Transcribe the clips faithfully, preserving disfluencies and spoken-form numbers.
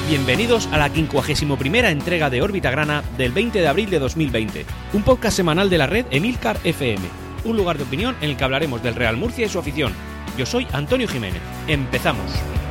Bienvenidos a la quincuagésimo primera entrega de Órbita Grana del veinte de abril de dos mil veinte, un podcast semanal de la red Emilcar F M, un lugar de opinión en el que hablaremos del Real Murcia y su afición. Yo soy Antonio Jiménez. ¡Empezamos!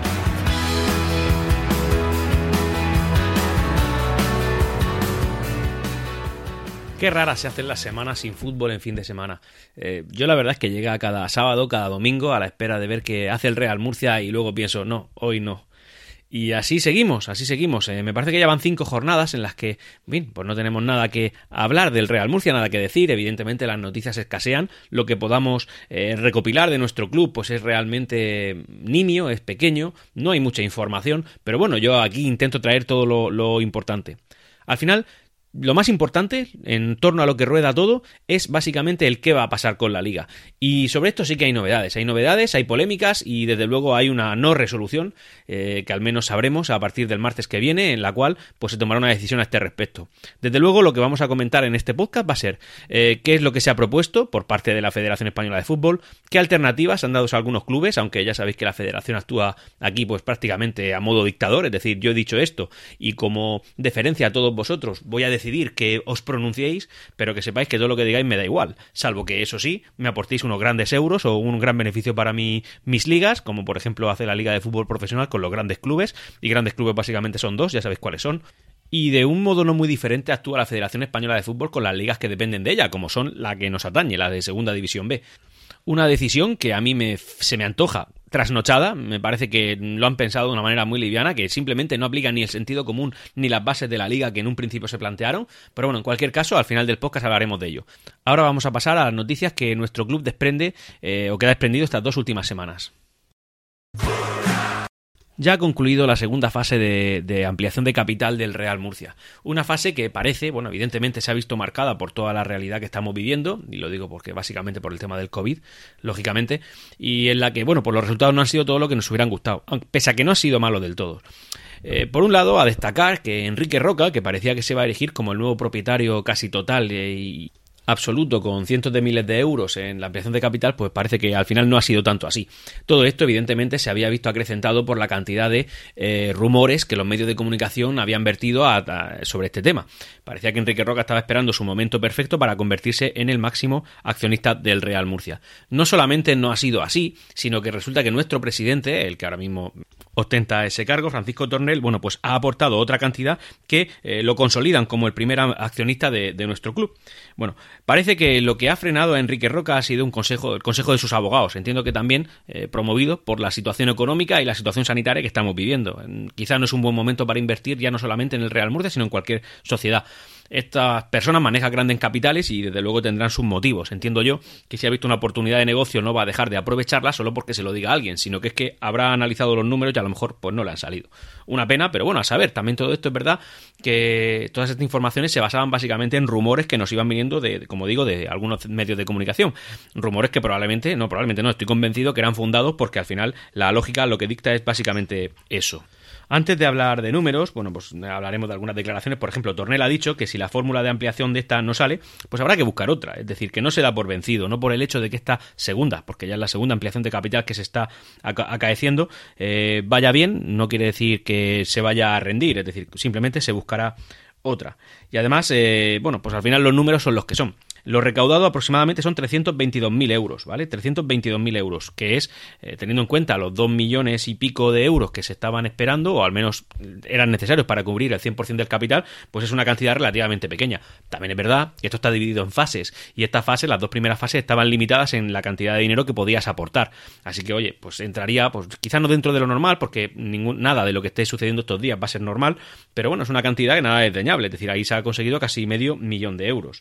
Qué raras se hacen las semanas sin fútbol en fin de semana. Eh, yo la verdad es que llega cada sábado, cada domingo, a la espera de ver qué hace el Real Murcia y luego pienso, no, hoy no. Y así seguimos, así seguimos. Eh, me parece que ya van cinco jornadas en las que, bien, pues no tenemos nada que hablar del Real Murcia, nada que decir. Evidentemente las noticias escasean. Lo que podamos eh, recopilar de nuestro club pues es realmente nimio, es pequeño, no hay mucha información. Pero bueno, yo aquí intento traer todo lo, lo importante. Al final, lo más importante, en torno a lo que rueda todo, es básicamente el qué va a pasar con la Liga. Y sobre esto sí que hay novedades. Hay novedades, hay polémicas y desde luego hay una no resolución eh, que al menos sabremos a partir del martes que viene, en la cual pues se tomará una decisión a este respecto. Desde luego lo que vamos a comentar en este podcast va a ser eh, qué es lo que se ha propuesto por parte de la Federación Española de Fútbol, qué alternativas han dado a algunos clubes, aunque ya sabéis que la Federación actúa aquí pues prácticamente a modo dictador, es decir, yo he dicho esto y como deferencia a todos vosotros voy a decir decidir que os pronunciéis, pero que sepáis que todo lo que digáis me da igual, salvo que eso sí, me aportéis unos grandes euros o un gran beneficio para mi, mis ligas, como por ejemplo hace la Liga de Fútbol Profesional con los grandes clubes, y grandes clubes básicamente son dos, ya sabéis cuáles son. Y de un modo no muy diferente actúa la Federación Española de Fútbol con las ligas que dependen de ella, como son la que nos atañe, la de Segunda División B. Una decisión que a mí me, se me antoja trasnochada, me parece que lo han pensado de una manera muy liviana, que simplemente no aplica ni el sentido común ni las bases de la liga que en un principio se plantearon, pero bueno, en cualquier caso, al final del podcast hablaremos de ello. Ahora vamos a pasar a las noticias que nuestro club desprende eh, o que ha desprendido estas dos últimas semanas. Ya ha concluido la segunda fase de, de ampliación de capital del Real Murcia. Una fase que parece, bueno, evidentemente se ha visto marcada por toda la realidad que estamos viviendo, y lo digo porque básicamente por el tema del COVID, lógicamente, y en la que, bueno, pues los resultados no han sido todo lo que nos hubieran gustado, pese a que no ha sido malo del todo. Eh, por un lado, a destacar que Enrique Roca, que parecía que se va a erigir como el nuevo propietario casi total eh, y absoluto con cientos de miles de euros en la ampliación de capital, pues parece que al final no ha sido tanto así. Todo esto evidentemente se había visto acrecentado por la cantidad de eh, rumores que los medios de comunicación habían vertido a, a, sobre este tema. Parecía que Enrique Roca estaba esperando su momento perfecto para convertirse en el máximo accionista del Real Murcia. No solamente no ha sido así, sino que resulta que nuestro presidente, el que ahora mismo ostenta ese cargo, Francisco Tornel, bueno, pues ha aportado otra cantidad que eh, lo consolidan como el primer accionista de, de nuestro club. Bueno, parece que lo que ha frenado a Enrique Roca ha sido un consejo, el consejo de sus abogados. Entiendo que también eh, promovido por la situación económica y la situación sanitaria que estamos viviendo. Quizás no es un buen momento para invertir ya no solamente en el Real Murcia, sino en cualquier sociedad. Estas personas manejan grandes capitales y desde luego tendrán sus motivos. Entiendo yo que si ha visto una oportunidad de negocio no va a dejar de aprovecharla solo porque se lo diga a alguien, sino que es que habrá analizado los números y a lo mejor pues no le han salido. Una pena, pero bueno, a saber, también todo esto es verdad que todas estas informaciones se basaban básicamente en rumores que nos iban viniendo de, como digo, de algunos medios de comunicación. Rumores que probablemente, no, probablemente no, estoy convencido que eran fundados porque al final la lógica lo que dicta es básicamente eso. Antes de hablar de números, bueno, pues hablaremos de algunas declaraciones. Por ejemplo, Tornel ha dicho que si la fórmula de ampliación de esta no sale, pues habrá que buscar otra. Es decir, que no se da por vencido, no por el hecho de que esta segunda, porque ya es la segunda ampliación de capital que se está aca- acaeciendo, eh, vaya bien, no quiere decir que se vaya a rendir, es decir, simplemente se buscará otra. Y además, eh, bueno, pues al final los números son los que son. Lo recaudado aproximadamente son trescientos veintidós mil euros, ¿vale? trescientos veintidós mil euros, que es, eh, teniendo en cuenta los dos millones y pico de euros que se estaban esperando, o al menos eran necesarios para cubrir el cien por ciento del capital, pues es una cantidad relativamente pequeña. También es verdad que esto está dividido en fases, y estas fases, las dos primeras fases, estaban limitadas en la cantidad de dinero que podías aportar. Así que, oye, pues entraría, pues quizás no dentro de lo normal, porque ningún, nada de lo que esté sucediendo estos días va a ser normal, pero bueno, es una cantidad que nada es desdeñable, es decir, ahí se ha conseguido casi medio millón de euros.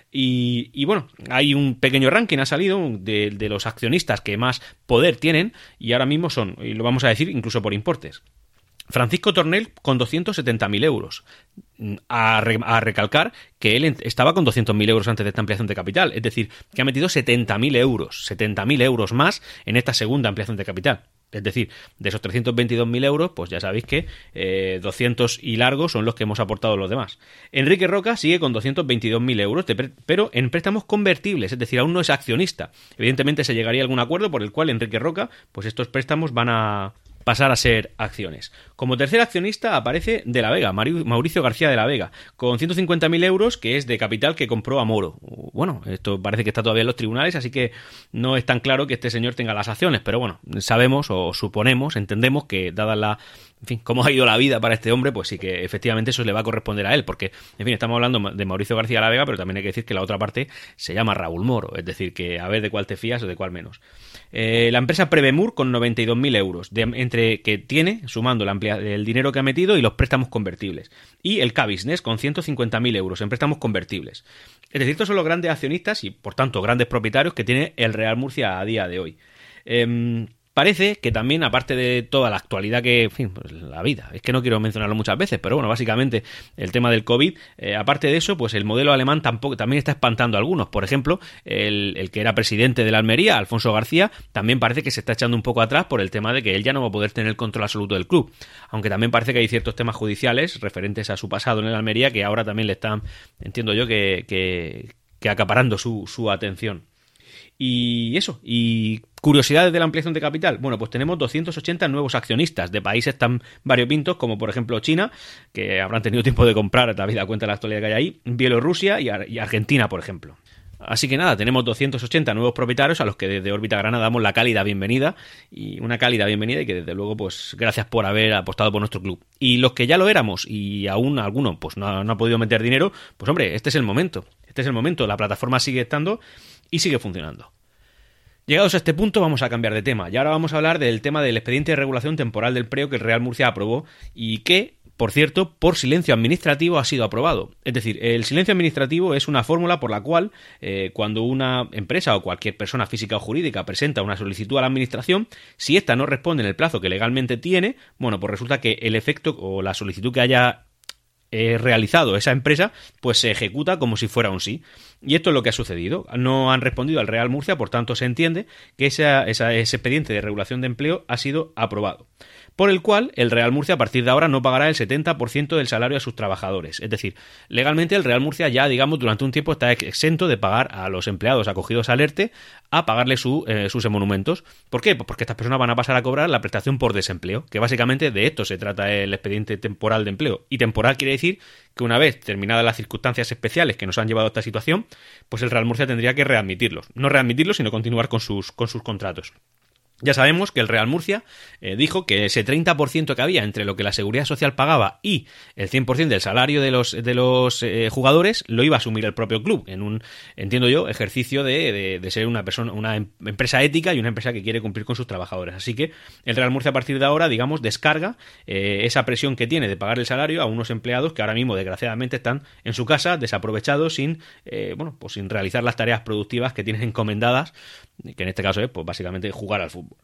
Y, y bueno, hay un pequeño ranking, ha salido de, de los accionistas que más poder tienen y ahora mismo son, y lo vamos a decir incluso por importes. Francisco Tornel con doscientos setenta mil euros. A, re, a recalcar que él estaba con doscientos mil euros antes de esta ampliación de capital, es decir, que ha metido setenta mil euros, setenta mil euros más en esta segunda ampliación de capital. Es decir, de esos trescientos veintidós mil euros, pues ya sabéis que eh, doscientos y largos son los que hemos aportado los demás. Enrique Roca sigue con doscientos veintidós mil euros, de pre- pero en préstamos convertibles, es decir, aún no es accionista. Evidentemente se llegaría a algún acuerdo por el cual Enrique Roca, pues estos préstamos van a... pasar a ser acciones. Como tercer accionista aparece De la Vega, Mauricio García de la Vega, con ciento cincuenta mil euros, que es de capital que compró a Moro. Bueno, esto parece que está todavía en los tribunales, así que no es tan claro que este señor tenga las acciones, pero bueno, sabemos o suponemos, entendemos que dada la, en fin, cómo ha ido la vida para este hombre, pues sí que efectivamente eso le va a corresponder a él, porque, en fin, estamos hablando de Mauricio García de la Vega, pero también hay que decir que la otra parte se llama Raúl Moro, es decir, que a ver de cuál te fías o de cuál menos. Eh, la empresa Prevemur con noventa y dos mil euros, de, entre que tiene, sumando la amplia, el dinero que ha metido y los préstamos convertibles. Y el K-Business con ciento cincuenta mil euros en préstamos convertibles. Es decir, estos son los grandes accionistas y, por tanto, grandes propietarios que tiene el Real Murcia a día de hoy. Eh, Parece que también, aparte de toda la actualidad que, en fin, pues la vida, es que no quiero mencionarlo muchas veces, pero bueno, básicamente el tema del COVID, eh, aparte de eso, pues el modelo alemán tampoco también está espantando a algunos. Por ejemplo, el, el que era presidente de la Almería, Alfonso García, también parece que se está echando un poco atrás por el tema de que él ya no va a poder tener el control absoluto del club. Aunque también parece que hay ciertos temas judiciales referentes a su pasado en la Almería que ahora también le están, entiendo yo, que, que, que acaparando su, su atención. Y eso, y curiosidades de la ampliación de capital. Bueno, pues tenemos doscientos ochenta nuevos accionistas de países tan variopintos como, por ejemplo, China, que habrán tenido tiempo de comprar, habida cuenta de la actualidad que hay ahí, Bielorrusia y, Ar- y Argentina, por ejemplo. Así que nada, tenemos doscientos ochenta nuevos propietarios a los que desde Órbita Grana damos la cálida bienvenida, y una cálida bienvenida y que desde luego, pues gracias por haber apostado por nuestro club. Y los que ya lo éramos y aún alguno pues no, no ha podido meter dinero, pues hombre, este es el momento. Este es el momento, la plataforma sigue estando y sigue funcionando. Llegados a este punto vamos a cambiar de tema y ahora vamos a hablar del tema del expediente de regulación temporal del empleo que el Real Murcia aprobó y que, por cierto, por silencio administrativo ha sido aprobado. Es decir, el silencio administrativo es una fórmula por la cual eh, cuando una empresa o cualquier persona física o jurídica presenta una solicitud a la administración, si ésta no responde en el plazo que legalmente tiene, bueno, pues resulta que el efecto o la solicitud que haya eh, realizado esa empresa, pues se ejecuta como si fuera un sí. Y esto es lo que ha sucedido. No han respondido al Real Murcia, por tanto se entiende que esa, esa, ese expediente de regulación de empleo ha sido aprobado, por el cual el Real Murcia a partir de ahora no pagará el setenta por ciento del salario a sus trabajadores. Es decir, legalmente el Real Murcia ya, digamos, durante un tiempo está exento de pagar a los empleados acogidos al ERTE a pagarle su, eh, sus emolumentos. ¿Por qué? Pues porque estas personas van a pasar a cobrar la prestación por desempleo, que básicamente de esto se trata el expediente temporal de empleo. Y temporal quiere decir que una vez terminadas las circunstancias especiales que nos han llevado a esta situación, pues el Real Murcia tendría que readmitirlos. No readmitirlos, sino continuar con sus, con sus contratos. Ya sabemos que el Real Murcia eh, dijo que ese treinta por ciento que había entre lo que la Seguridad Social pagaba y el cien por ciento del salario de los, de los eh, jugadores lo iba a asumir el propio club, en un, entiendo yo, ejercicio de, de, de ser una persona, una em- empresa ética y una empresa que quiere cumplir con sus trabajadores. Así que el Real Murcia a partir de ahora, digamos, descarga eh, esa presión que tiene de pagar el salario a unos empleados que ahora mismo, desgraciadamente, están en su casa desaprovechados sin, eh, bueno, pues sin realizar las tareas productivas que tienen encomendadas, que en este caso es, pues básicamente, jugar al fútbol.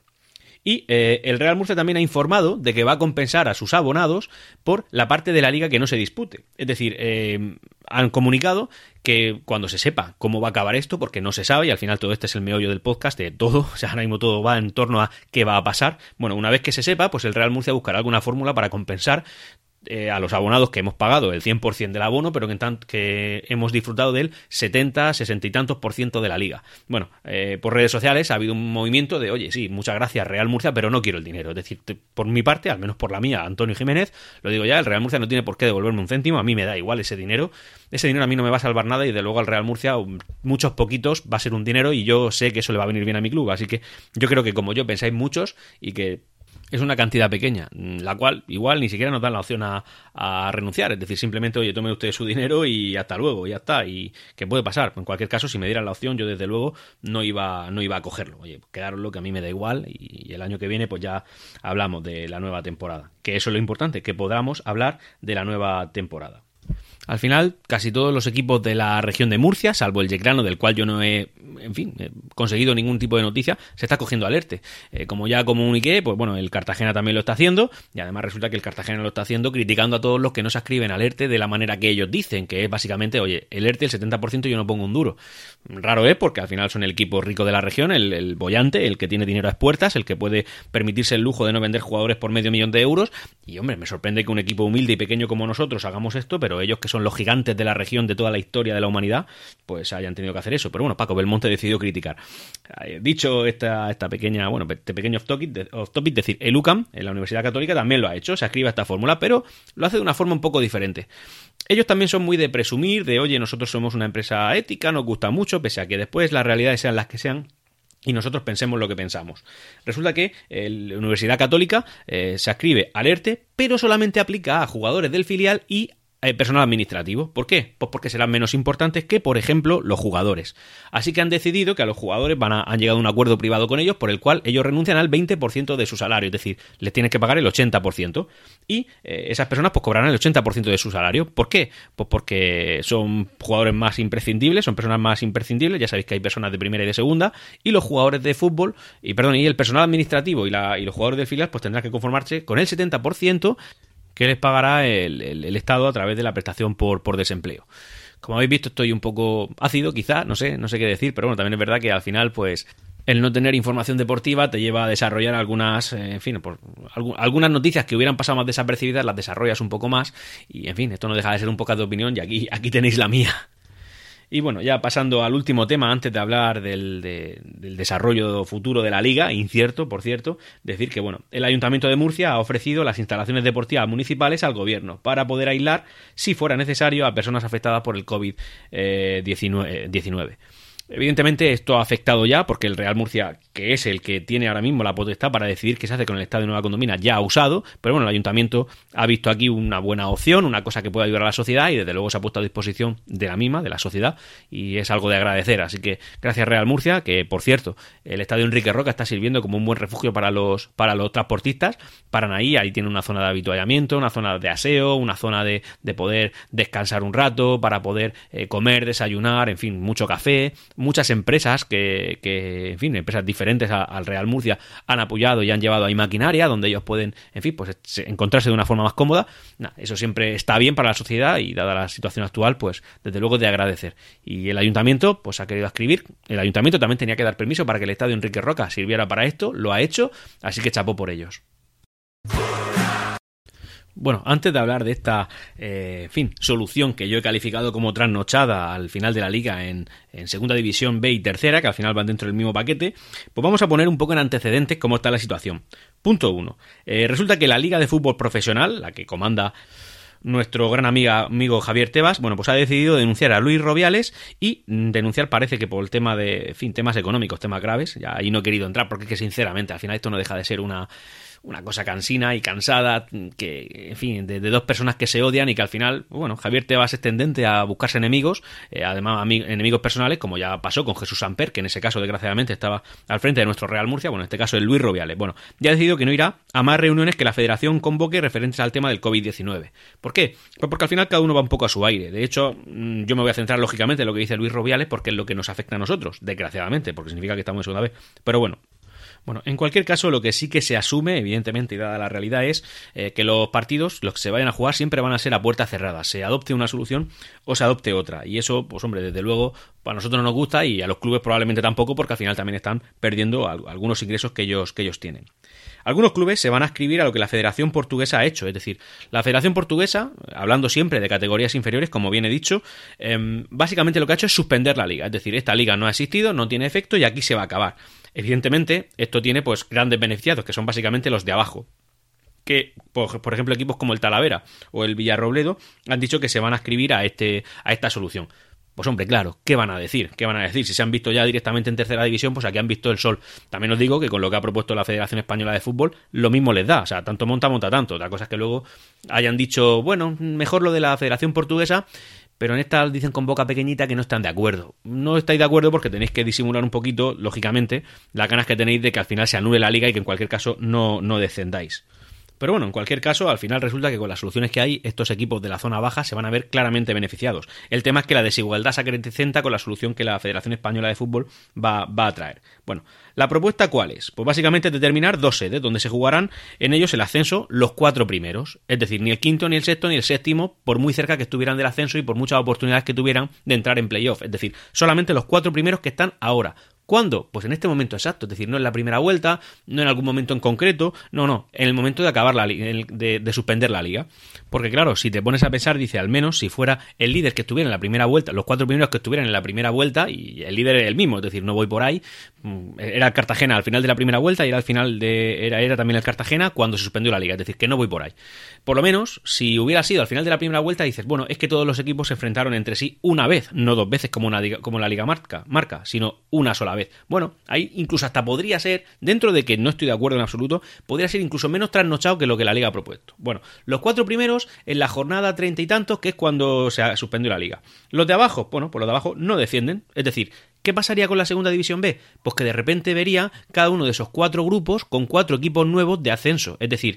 Y eh, el Real Murcia también ha informado de que va a compensar a sus abonados por la parte de la liga que no se dispute. Es decir, eh, han comunicado que cuando se sepa cómo va a acabar esto, porque no se sabe, y al final todo este es el meollo del podcast, de todo, o sea, ahora mismo todo va en torno a qué va a pasar. Bueno, una vez que se sepa, pues el Real Murcia buscará alguna fórmula para compensar Eh, a los abonados que hemos pagado el cien por ciento del abono, pero que, en tanto, que hemos disfrutado del setenta, sesenta y tantos por ciento de la liga. Bueno, eh, por redes sociales ha habido un movimiento de, oye, sí, muchas gracias Real Murcia, pero no quiero el dinero. Es decir, te, por mi parte, al menos por la mía, Antonio Jiménez, lo digo ya, el Real Murcia no tiene por qué devolverme un céntimo, a mí me da igual ese dinero. Ese dinero a mí no me va a salvar nada y de luego al Real Murcia, muchos poquitos, va a ser un dinero y yo sé que eso le va a venir bien a mi club. Así que yo creo que como yo pensáis muchos y que es una cantidad pequeña, la cual igual ni siquiera nos dan la opción a, a renunciar. Es decir, simplemente, oye, tome usted su dinero y hasta luego, ya está. Y que puede pasar. En cualquier caso, si me dieran la opción, yo desde luego no iba, no iba a cogerlo. Oye, quedároslo, que a mí me da igual. Y, y el año que viene, pues ya hablamos de la nueva temporada. Que eso es lo importante, que podamos hablar de la nueva temporada. Al final, casi todos los equipos de la región de Murcia, salvo el Yeclano, del cual yo no he, en fin, he conseguido ningún tipo de noticia, se está cogiendo al ERTE. Eh, como ya comuniqué, pues bueno, el Cartagena también lo está haciendo, y además resulta que el Cartagena lo está haciendo criticando a todos los que no se ascriben al ERTE de la manera que ellos dicen, que es básicamente, oye, el ERTE, el setenta por ciento yo no pongo un duro. Raro es, porque al final son el equipo rico de la región, el, el boyante, el que tiene dinero a expuertas, el que puede permitirse el lujo de no vender jugadores por medio millón de euros, y hombre, me sorprende que un equipo humilde y pequeño como nosotros hagamos esto, pero ellos que son los gigantes de la región de toda la historia de la humanidad, pues hayan tenido que hacer eso. Pero bueno, Paco Belmonte decidió criticar. Eh, dicho esta, esta pequeña, bueno, este pequeño off-topic, off-topic, decir, el U C A M, en la Universidad Católica, también lo ha hecho, se escribe esta fórmula, pero lo hace de una forma un poco diferente. Ellos también son muy de presumir, de oye, nosotros somos una empresa ética, nos gusta mucho, pese a que después las realidades sean las que sean, y nosotros pensemos lo que pensamos. Resulta que eh, la Universidad Católica eh, se escribe alerte, pero solamente aplica a jugadores del filial y eh, personal administrativo. ¿Por qué? Pues porque serán menos importantes que, por ejemplo, los jugadores. Así que han decidido que a los jugadores van a, han llegado a un acuerdo privado con ellos por el cual ellos renuncian al veinte por ciento de su salario, es decir, les tienes que pagar el ochenta por ciento y eh, esas personas pues cobrarán el ochenta por ciento de su salario. ¿Por qué? Pues porque son jugadores más imprescindibles, son personas más imprescindibles, ya sabéis que hay personas de primera y de segunda, y los jugadores de fútbol, y perdón, y el personal administrativo y, la, y los jugadores del filial pues tendrán que conformarse con el setenta por ciento que les pagará el, el, el Estado a través de la prestación por, por desempleo. Como habéis visto, estoy un poco ácido, quizá, no sé, no sé qué decir, pero bueno, también es verdad que al final, pues, el no tener información deportiva te lleva a desarrollar algunas, eh, en fin, por, alg- algunas noticias que hubieran pasado más desapercibidas, las desarrollas un poco más, y en fin, esto no deja de ser un poco de opinión, y aquí, aquí tenéis la mía. Y bueno, ya pasando al último tema, antes de hablar del, de, del desarrollo futuro de la Liga, incierto, por cierto, decir que bueno, el Ayuntamiento de Murcia ha ofrecido las instalaciones deportivas municipales al Gobierno para poder aislar, si fuera necesario, a personas afectadas por el covid diecinueve. Evidentemente esto ha afectado ya porque el Real Murcia, que es el que tiene ahora mismo la potestad para decidir qué se hace con el estadio de Nueva Condomina, ya ha usado, pero bueno, el Ayuntamiento ha visto aquí una buena opción, una cosa que puede ayudar a la sociedad y desde luego se ha puesto a disposición de la misma, de la sociedad, y es algo de agradecer. Así que gracias Real Murcia, que por cierto, el estadio Enrique Roca está sirviendo como un buen refugio para los, para los transportistas, paran ahí, ahí tiene una zona de habituallamiento, una zona de aseo, una zona de, de poder descansar un rato, para poder eh, comer, desayunar, en fin, mucho café. Muchas empresas que, que, en fin, empresas diferentes a, al Real Murcia han apoyado y han llevado ahí maquinaria donde ellos pueden, en fin, pues encontrarse de una forma más cómoda. Nah, eso siempre está bien para la sociedad y dada la situación actual, pues desde luego de agradecer. Y el Ayuntamiento, pues ha querido escribir. El Ayuntamiento también tenía que dar permiso para que el estadio Enrique Roca sirviera para esto, lo ha hecho, así que chapó por ellos. Bueno, antes de hablar de esta, eh, en fin, solución que yo he calificado como trasnochada al final de la Liga en, en Segunda División B y Tercera, que al final van dentro del mismo paquete, pues vamos a poner un poco en antecedentes cómo está la situación. Punto uno. Eh, resulta que la Liga de Fútbol Profesional, la que comanda nuestro gran amiga, amigo Javier Tebas, bueno, pues ha decidido denunciar a Luis Rubiales y denunciar, parece que por el tema de, en fin, temas económicos, temas graves. Ya ahí no he querido entrar porque es que sinceramente al final esto no deja de ser una... una cosa cansina y cansada, que, en fin, de, de dos personas que se odian y que al final, bueno, Javier Tebas es tendente a buscarse enemigos, eh, además ami- enemigos personales, como ya pasó con Jesús Samper, que en ese caso, desgraciadamente, estaba al frente de nuestro Real Murcia, bueno, en este caso el Luis Rubiales. Bueno, ya ha decidido que no irá a más reuniones que la Federación convoque referentes al tema del covid diecinueve. ¿Por qué? Pues porque al final cada uno va un poco a su aire. De hecho, yo me voy a centrar lógicamente en lo que dice Luis Rubiales porque es lo que nos afecta a nosotros, desgraciadamente, porque significa que estamos en segunda vez. Pero bueno, Bueno, en cualquier caso, lo que sí que se asume, evidentemente, y dada la realidad, es eh, que los partidos, los que se vayan a jugar, siempre van a ser a puerta cerrada. Se adopte una solución o se adopte otra. Y eso, pues hombre, desde luego, para nosotros no nos gusta y a los clubes probablemente tampoco, porque al final también están perdiendo algunos ingresos que ellos, que ellos tienen. Algunos clubes se van a adscribir a lo que la Federación Portuguesa ha hecho, es decir, la Federación Portuguesa, hablando siempre de categorías inferiores, como bien he dicho, eh, básicamente lo que ha hecho es suspender la liga, es decir, esta liga no ha existido, no tiene efecto y aquí se va a acabar. Evidentemente, esto tiene pues grandes beneficiados, que son básicamente los de abajo, que, por, por ejemplo, equipos como el Talavera o el Villarrobledo han dicho que se van a adscribir a, este, a esta solución. Pues hombre, claro, ¿qué van a decir? ¿Qué van a decir? Si se han visto ya directamente en tercera división, pues aquí han visto el sol. También os digo que con lo que ha propuesto la Federación Española de Fútbol, lo mismo les da. O sea, tanto monta, monta tanto. Otra cosa es que luego hayan dicho, bueno, mejor lo de la Federación Portuguesa, pero en esta dicen con boca pequeñita que no están de acuerdo. No estáis de acuerdo porque tenéis que disimular un poquito, lógicamente, las ganas que tenéis de que al final se anule la liga y que en cualquier caso no, no descendáis. Pero bueno, en cualquier caso, al final resulta que con las soluciones que hay, estos equipos de la zona baja se van a ver claramente beneficiados. El tema es que la desigualdad se acrecenta con la solución que la Federación Española de Fútbol va, va a traer. Bueno, ¿la propuesta cuál es? Pues básicamente determinar dos sedes donde se jugarán en ellos el ascenso los cuatro primeros. Es decir, ni el quinto, ni el sexto, ni el séptimo, por muy cerca que estuvieran del ascenso y por muchas oportunidades que tuvieran de entrar en playoff. Es decir, solamente los cuatro primeros que están ahora. ¿Cuándo? Pues en este momento exacto, es decir, no en la primera vuelta, no en algún momento en concreto, no, no, en el momento de acabar la liga, de, de suspender la liga. Porque claro, si te pones a pensar, dice, al menos si fuera el líder que estuviera en la primera vuelta, los cuatro primeros que estuvieran en la primera vuelta, y el líder es el mismo, es decir, no voy por ahí, era el Cartagena al final de la primera vuelta y era al final de, era, era también el Cartagena cuando se suspendió la liga, es decir, que no voy por ahí. Por lo menos, si hubiera sido al final de la primera vuelta, dices, bueno, es que todos los equipos se enfrentaron entre sí una vez, no dos veces como, una, como la liga marca, marca, sino una sola vez. Bueno, ahí incluso hasta podría ser, dentro de que no estoy de acuerdo en absoluto, podría ser incluso menos trasnochado que lo que la liga ha propuesto. Bueno, los cuatro primeros en la jornada treinta y tantos, que es cuando se suspendió la liga. Los de abajo, bueno, pues los de abajo no descienden, es decir, ¿qué pasaría con la segunda división B? Pues que de repente vería cada uno de esos cuatro grupos con cuatro equipos nuevos de ascenso. Es decir,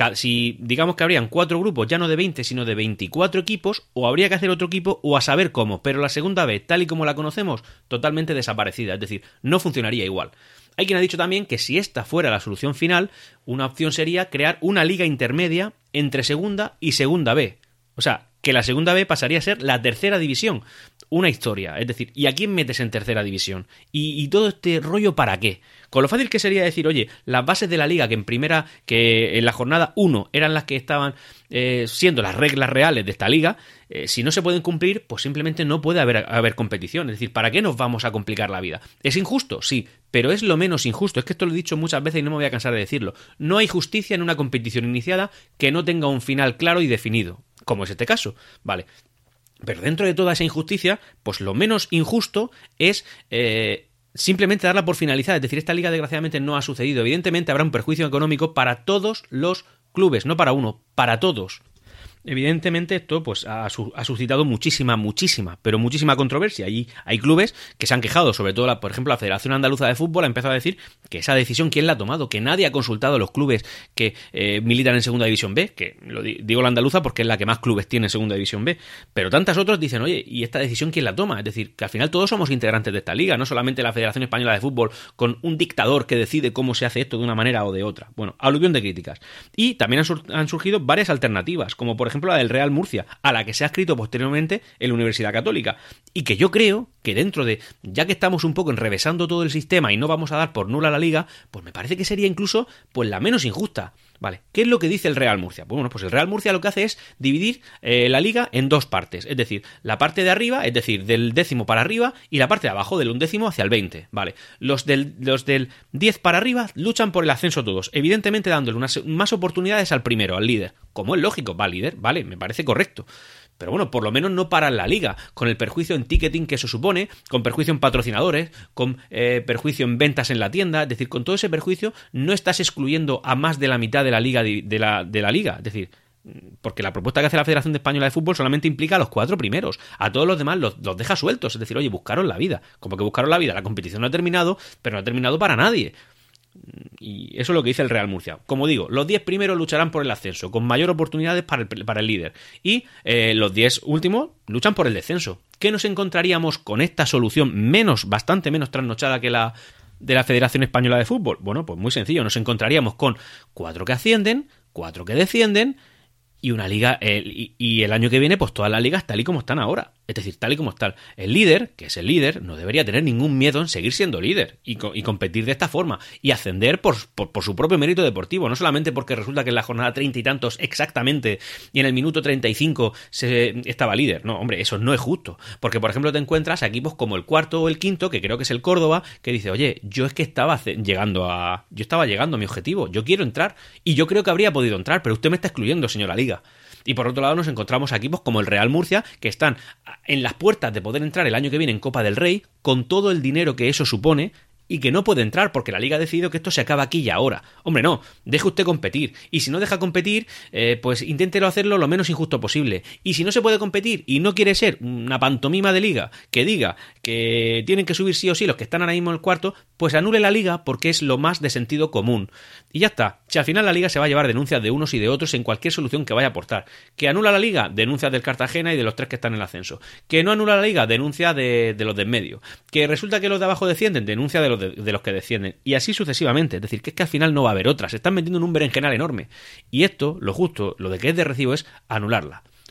si digamos que habrían cuatro grupos ya no de veinte sino de veinticuatro equipos, o habría que hacer otro equipo o a saber cómo. Pero la segunda B, tal y como la conocemos, totalmente desaparecida. Es decir, no funcionaría igual. Hay quien ha dicho también que si esta fuera la solución final, una opción sería crear una liga intermedia entre segunda y segunda B. O sea, que la segunda B pasaría a ser la tercera división. Una historia, es decir, ¿y a quién metes en tercera división? ¿Y, y todo este rollo para qué? Con lo fácil que sería decir, oye, las bases de la liga que en primera, que en la jornada uno eran las que estaban eh, siendo las reglas reales de esta liga, eh, si no se pueden cumplir, pues simplemente no puede haber, haber competición. Es decir, ¿para qué nos vamos a complicar la vida? ¿Es injusto? Sí, pero es lo menos injusto. Es que esto lo he dicho muchas veces y no me voy a cansar de decirlo. No hay justicia en una competición iniciada que no tenga un final claro y definido, como es este caso. Vale. Pero dentro de toda esa injusticia, pues lo menos injusto es eh, simplemente darla por finalizada. Es decir, esta liga desgraciadamente no ha sucedido. Evidentemente habrá un perjuicio económico para todos los clubes, no para uno, para todos. Evidentemente esto pues ha, su, ha suscitado muchísima, muchísima, pero muchísima controversia. Y hay clubes que se han quejado, sobre todo, la, por ejemplo, la Federación Andaluza de Fútbol ha empezado a decir que esa decisión, ¿quién la ha tomado? Que nadie ha consultado a los clubes que eh, militan en Segunda División B, que lo digo la andaluza porque es la que más clubes tiene en Segunda División B, pero tantas otras dicen, oye, ¿y esta decisión quién la toma? Es decir, que al final todos somos integrantes de esta liga, no solamente la Federación Española de Fútbol con un dictador que decide cómo se hace esto de una manera o de otra. Bueno, aluvión de críticas. Y también han, sur- han surgido varias alternativas, como por ejemplo la del Real Murcia, a la que se ha escrito posteriormente en la Universidad Católica, y que yo creo que dentro de, ya que estamos un poco enrevesando todo el sistema y no vamos a dar por nula la liga, pues me parece que sería incluso pues la menos injusta. Vale, ¿qué es lo que dice el Real Murcia? Pues bueno, pues el Real Murcia lo que hace es dividir eh, la liga en dos partes, es decir, la parte de arriba, es decir, del décimo para arriba, y la parte de abajo, del undécimo hacia el veinte, vale. Los del, los del diez para arriba luchan por el ascenso todos, evidentemente dándole unas más oportunidades al primero, al líder, como es lógico, va líder, vale, me parece correcto. Pero bueno, por lo menos no paran la liga, con el perjuicio en ticketing que eso supone, con perjuicio en patrocinadores, con eh, perjuicio en ventas en la tienda, es decir, con todo ese perjuicio no estás excluyendo a más de la mitad de la liga, de la, de la liga, es decir, porque la propuesta que hace la Federación Española de Fútbol solamente implica a los cuatro primeros, a todos los demás los, los deja sueltos, es decir, oye, buscaron la vida, como que buscaron la vida, la competición no ha terminado, pero no ha terminado para nadie. Y eso es lo que dice el Real Murcia. Como digo, los diez primeros lucharán por el ascenso, con mayor oportunidades para el, para el líder. Y eh, los diez últimos luchan por el descenso. ¿Qué nos encontraríamos con esta solución menos, bastante menos trasnochada que la de la Federación Española de Fútbol? Bueno, pues muy sencillo. Nos encontraríamos con cuatro que ascienden, cuatro que descienden y una liga, eh, y, y el año que viene, pues todas las ligas tal y como están ahora. Es decir, tal y como están. El líder, que es el líder, no debería tener ningún miedo en seguir siendo líder y, co- y competir de esta forma y ascender por, por, por su propio mérito deportivo, no solamente porque resulta que en la jornada treinta y tantos exactamente y en el minuto treinta y cinco se estaba líder. No, hombre, eso no es justo. Porque, por ejemplo, te encuentras a equipos como el cuarto o el quinto, que creo que es el Córdoba, que dice, oye, yo es que estaba llegando a... Yo estaba llegando a mi objetivo, yo quiero entrar y yo creo que habría podido entrar, pero usted me está excluyendo, señora Liga. Y por otro lado nos encontramos a equipos como el Real Murcia, que están en las puertas de poder entrar el año que viene en Copa del Rey, con todo el dinero que eso supone, y que no puede entrar porque la Liga ha decidido que esto se acaba aquí y ahora. Hombre, no, deje usted competir. Y si no deja competir, eh, pues inténtelo hacerlo lo menos injusto posible. Y si no se puede competir y no quiere ser una pantomima de Liga que diga que tienen que subir sí o sí los que están ahora mismo en el cuarto, pues anule la Liga porque es lo más de sentido común. Y ya está. Si al final la Liga se va a llevar denuncias de unos y de otros en cualquier solución que vaya a aportar. Que anula la Liga, denuncias del Cartagena y de los tres que están en el ascenso. Que no anula la Liga, denuncia de, de los de en medio. Que resulta que los de abajo descienden, denuncia de los de, de los que descienden. Y así sucesivamente. Es decir, que es que al final no va a haber otra. Se están metiendo en un berenjenal enorme. Y esto, lo justo, lo de que es de recibo es anularla.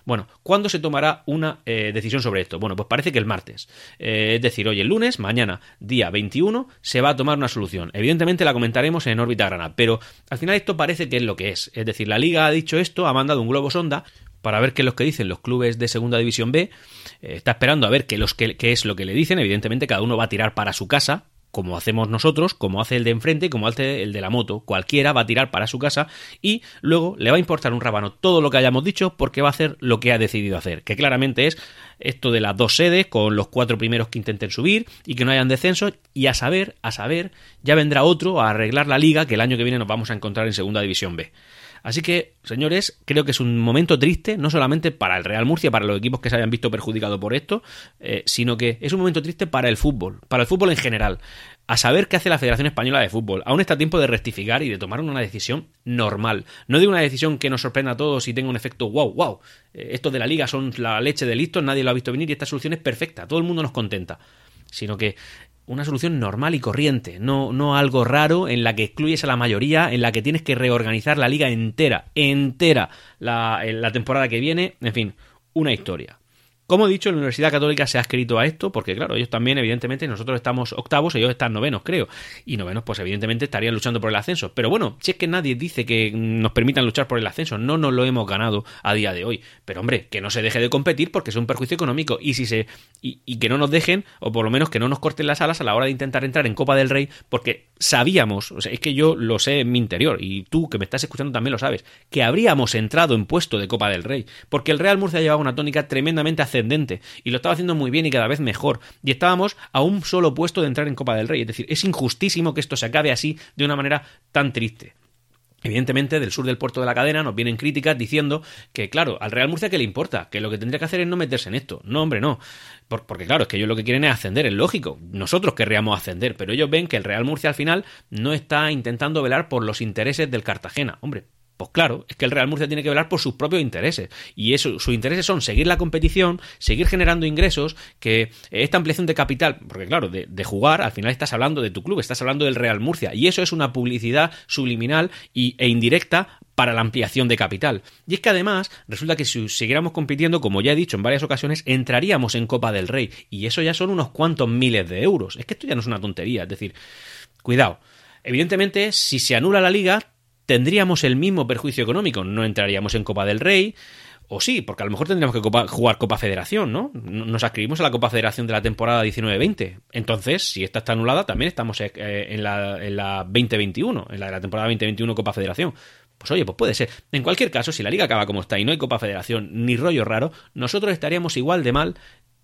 Bueno, ¿cuándo se tomará una eh, decisión sobre esto? Bueno, pues parece que el martes. Eh, es decir, hoy el lunes, mañana, día veintiuno, se va a tomar una solución. Evidentemente la comentaremos en Órbita Grana, pero al final esto parece que es lo que es. Es decir, la Liga ha dicho esto, ha mandado un globo sonda para ver qué es lo que dicen los clubes de Segunda División B. Eh, está esperando a ver qué, los, qué, qué es lo que le dicen. Evidentemente cada uno va a tirar para su casa, como hacemos nosotros, como hace el de enfrente y como hace el de la moto. Cualquiera va a tirar para su casa y luego le va a importar un rábano todo lo que hayamos dicho porque va a hacer lo que ha decidido hacer, que claramente es esto de las dos sedes con los cuatro primeros que intenten subir y que no hayan descensos, y a saber, a saber, ya vendrá otro a arreglar la liga que el año que viene nos vamos a encontrar en Segunda División B. Así que, señores, creo que es un momento triste, no solamente para el Real Murcia, para los equipos que se hayan visto perjudicados por esto, eh, sino que es un momento triste para el fútbol, para el fútbol en general. A saber qué hace la Federación Española de Fútbol. Aún está tiempo de rectificar y de tomar una decisión normal. No de una decisión que nos sorprenda a todos y tenga un efecto wow, wow. Eh, estos de la Liga son la leche de listos, nadie lo ha visto venir y esta solución es perfecta, todo el mundo nos contenta. Sino que una solución normal y corriente, no, no algo raro en la que excluyes a la mayoría, en la que tienes que reorganizar la liga entera, entera, la, la temporada que viene, en fin, una historia. Como he dicho, la Universidad Católica se ha adscrito a esto, porque claro, ellos también, evidentemente, nosotros estamos octavos, ellos están novenos, creo, y novenos, pues evidentemente estarían luchando por el ascenso. Pero bueno, si es que nadie dice que nos permitan luchar por el ascenso, no nos lo hemos ganado a día de hoy. Pero hombre, que no se deje de competir porque es un perjuicio económico, y si se y, y que no nos dejen, o por lo menos que no nos corten las alas a la hora de intentar entrar en Copa del Rey, porque sabíamos, o sea, es que yo lo sé en mi interior, y tú que me estás escuchando también lo sabes, que habríamos entrado en puesto de Copa del Rey, porque el Real Murcia llevaba una tónica tremendamente ascendente y lo estaba haciendo muy bien y cada vez mejor, y estábamos a un solo puesto de entrar en Copa del Rey. Es decir, es injustísimo que esto se acabe así de una manera tan triste. Evidentemente, del sur del puerto de la cadena nos vienen críticas diciendo que, claro, al Real Murcia ¿qué le importa? Que lo que tendría que hacer es no meterse en esto. No, hombre, no. Por, porque, claro, es que ellos lo que quieren es ascender, es lógico. Nosotros querríamos ascender, pero ellos ven que el Real Murcia al final no está intentando velar por los intereses del Cartagena. Hombre, pues claro, es que el Real Murcia tiene que velar por sus propios intereses. Y eso, sus intereses son seguir la competición, seguir generando ingresos, que esta ampliación de capital, porque claro, de, de jugar, al final estás hablando de tu club, estás hablando del Real Murcia. Y eso es una publicidad subliminal y, e indirecta para la ampliación de capital. Y es que además, resulta que si siguiéramos compitiendo, como ya he dicho en varias ocasiones, entraríamos en Copa del Rey. Y eso ya son unos cuantos miles de euros. Es que esto ya no es una tontería. Es decir, cuidado. Evidentemente, si se anula la liga, tendríamos el mismo perjuicio económico, no entraríamos en Copa del Rey, o sí, porque a lo mejor tendríamos que copa, jugar Copa Federación, ¿no? Nos adscribimos a la Copa Federación de la temporada diecinueve veinte. Entonces, si esta está anulada, también estamos eh, en, la, en la veinte veintiuno, en la de la temporada veinte veintiuno Copa Federación. Pues oye, pues puede ser. En cualquier caso, si la liga acaba como está y no hay Copa Federación ni rollo raro, nosotros estaríamos igual de mal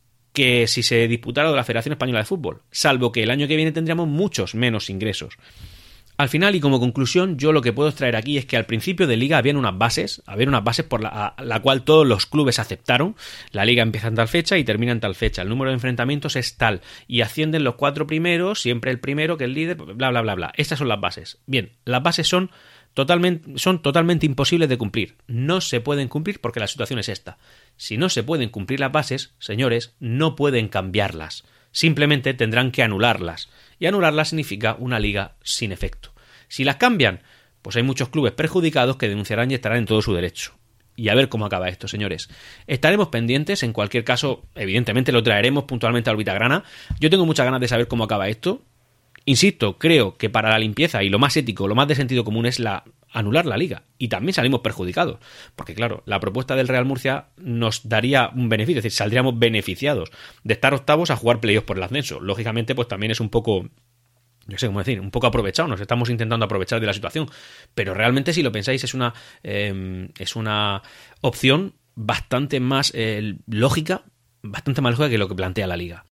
que si se disputara de la Federación Española de Fútbol, salvo que el año que viene tendríamos muchos menos ingresos. Al final, y como conclusión, yo lo que puedo extraer aquí es que al principio de liga habían unas bases, había unas bases por la, a, la cual todos los clubes aceptaron. La liga empieza en tal fecha y termina en tal fecha. El número de enfrentamientos es tal. Y ascienden los cuatro primeros, siempre el primero que el líder, bla, bla, bla, bla. Estas son las bases. Bien, las bases son totalmente, son totalmente imposibles de cumplir. No se pueden cumplir porque la situación es esta. Si no se pueden cumplir las bases, señores, no pueden cambiarlas. Simplemente tendrán que anularlas. Y anularlas significa una liga sin efecto. Si las cambian, pues hay muchos clubes perjudicados que denunciarán y estarán en todo su derecho. Y a ver cómo acaba esto, señores. Estaremos pendientes, en cualquier caso, evidentemente lo traeremos puntualmente a Órbita Grana. Yo tengo muchas ganas de saber cómo acaba esto. Insisto, creo que para la limpieza y lo más ético, lo más de sentido común es la anular la liga. Y también salimos perjudicados. Porque claro, la propuesta del Real Murcia nos daría un beneficio, es decir, saldríamos beneficiados de estar octavos a jugar playoffs por el ascenso. Lógicamente, pues también es un poco, yo sé cómo decir, un poco aprovechado, nos estamos intentando aprovechar de la situación. Pero realmente, si lo pensáis, es una, eh, es una opción bastante más eh, lógica, bastante más lógica que lo que plantea la liga.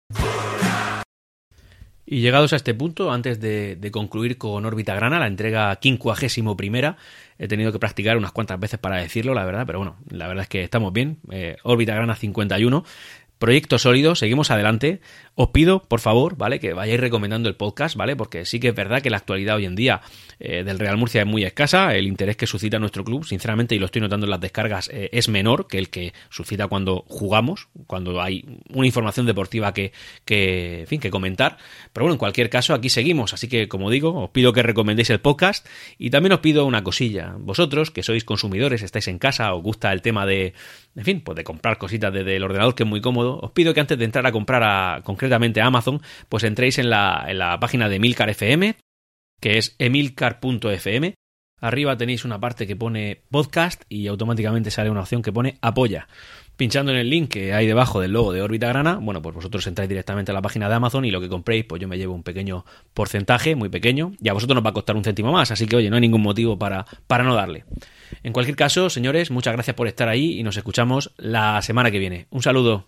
Y llegados a este punto, antes de, de concluir con Órbita Grana, la entrega quincuagésimo primera, he tenido que practicar unas cuantas veces para decirlo, la verdad, pero bueno, la verdad es que estamos bien. Eh, Órbita Grana cincuenta y uno, proyecto sólido, seguimos adelante. Os pido, por favor, ¿vale?, que vayáis recomendando el podcast, ¿vale? Porque sí que es verdad que la actualidad hoy en día eh, del Real Murcia es muy escasa, el interés que suscita nuestro club, sinceramente, y lo estoy notando en las descargas, eh, es menor que el que suscita cuando jugamos, cuando hay una información deportiva que, que, en fin, que comentar. Pero bueno, en cualquier caso, aquí seguimos, así que, como digo, os pido que recomendéis el podcast y también os pido una cosilla. Vosotros, que sois consumidores, estáis en casa, os gusta el tema de, en fin, pues de comprar cositas desde el ordenador, que es muy cómodo, os pido que antes de entrar a comprar a, concretamente a Amazon, pues entréis en la, en la página de Emilcar F M, que es emilcar punto f m. Arriba tenéis una parte que pone podcast y automáticamente sale una opción que pone apoya. Pinchando en el link que hay debajo del logo de Órbita Grana, bueno, pues vosotros entráis directamente a la página de Amazon y lo que compréis, pues yo me llevo un pequeño porcentaje, muy pequeño, y a vosotros nos va a costar un céntimo más, así que oye, no hay ningún motivo para, para no darle. En cualquier caso, señores, muchas gracias por estar ahí y nos escuchamos la semana que viene. Un saludo.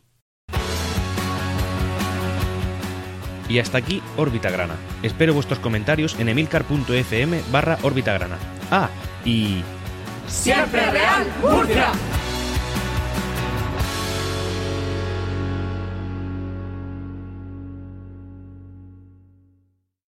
Y hasta aquí Órbita Grana. Espero vuestros comentarios en emilcar punto f m barra Órbita Grana. Ah, y... ¡Siempre Real Murcia!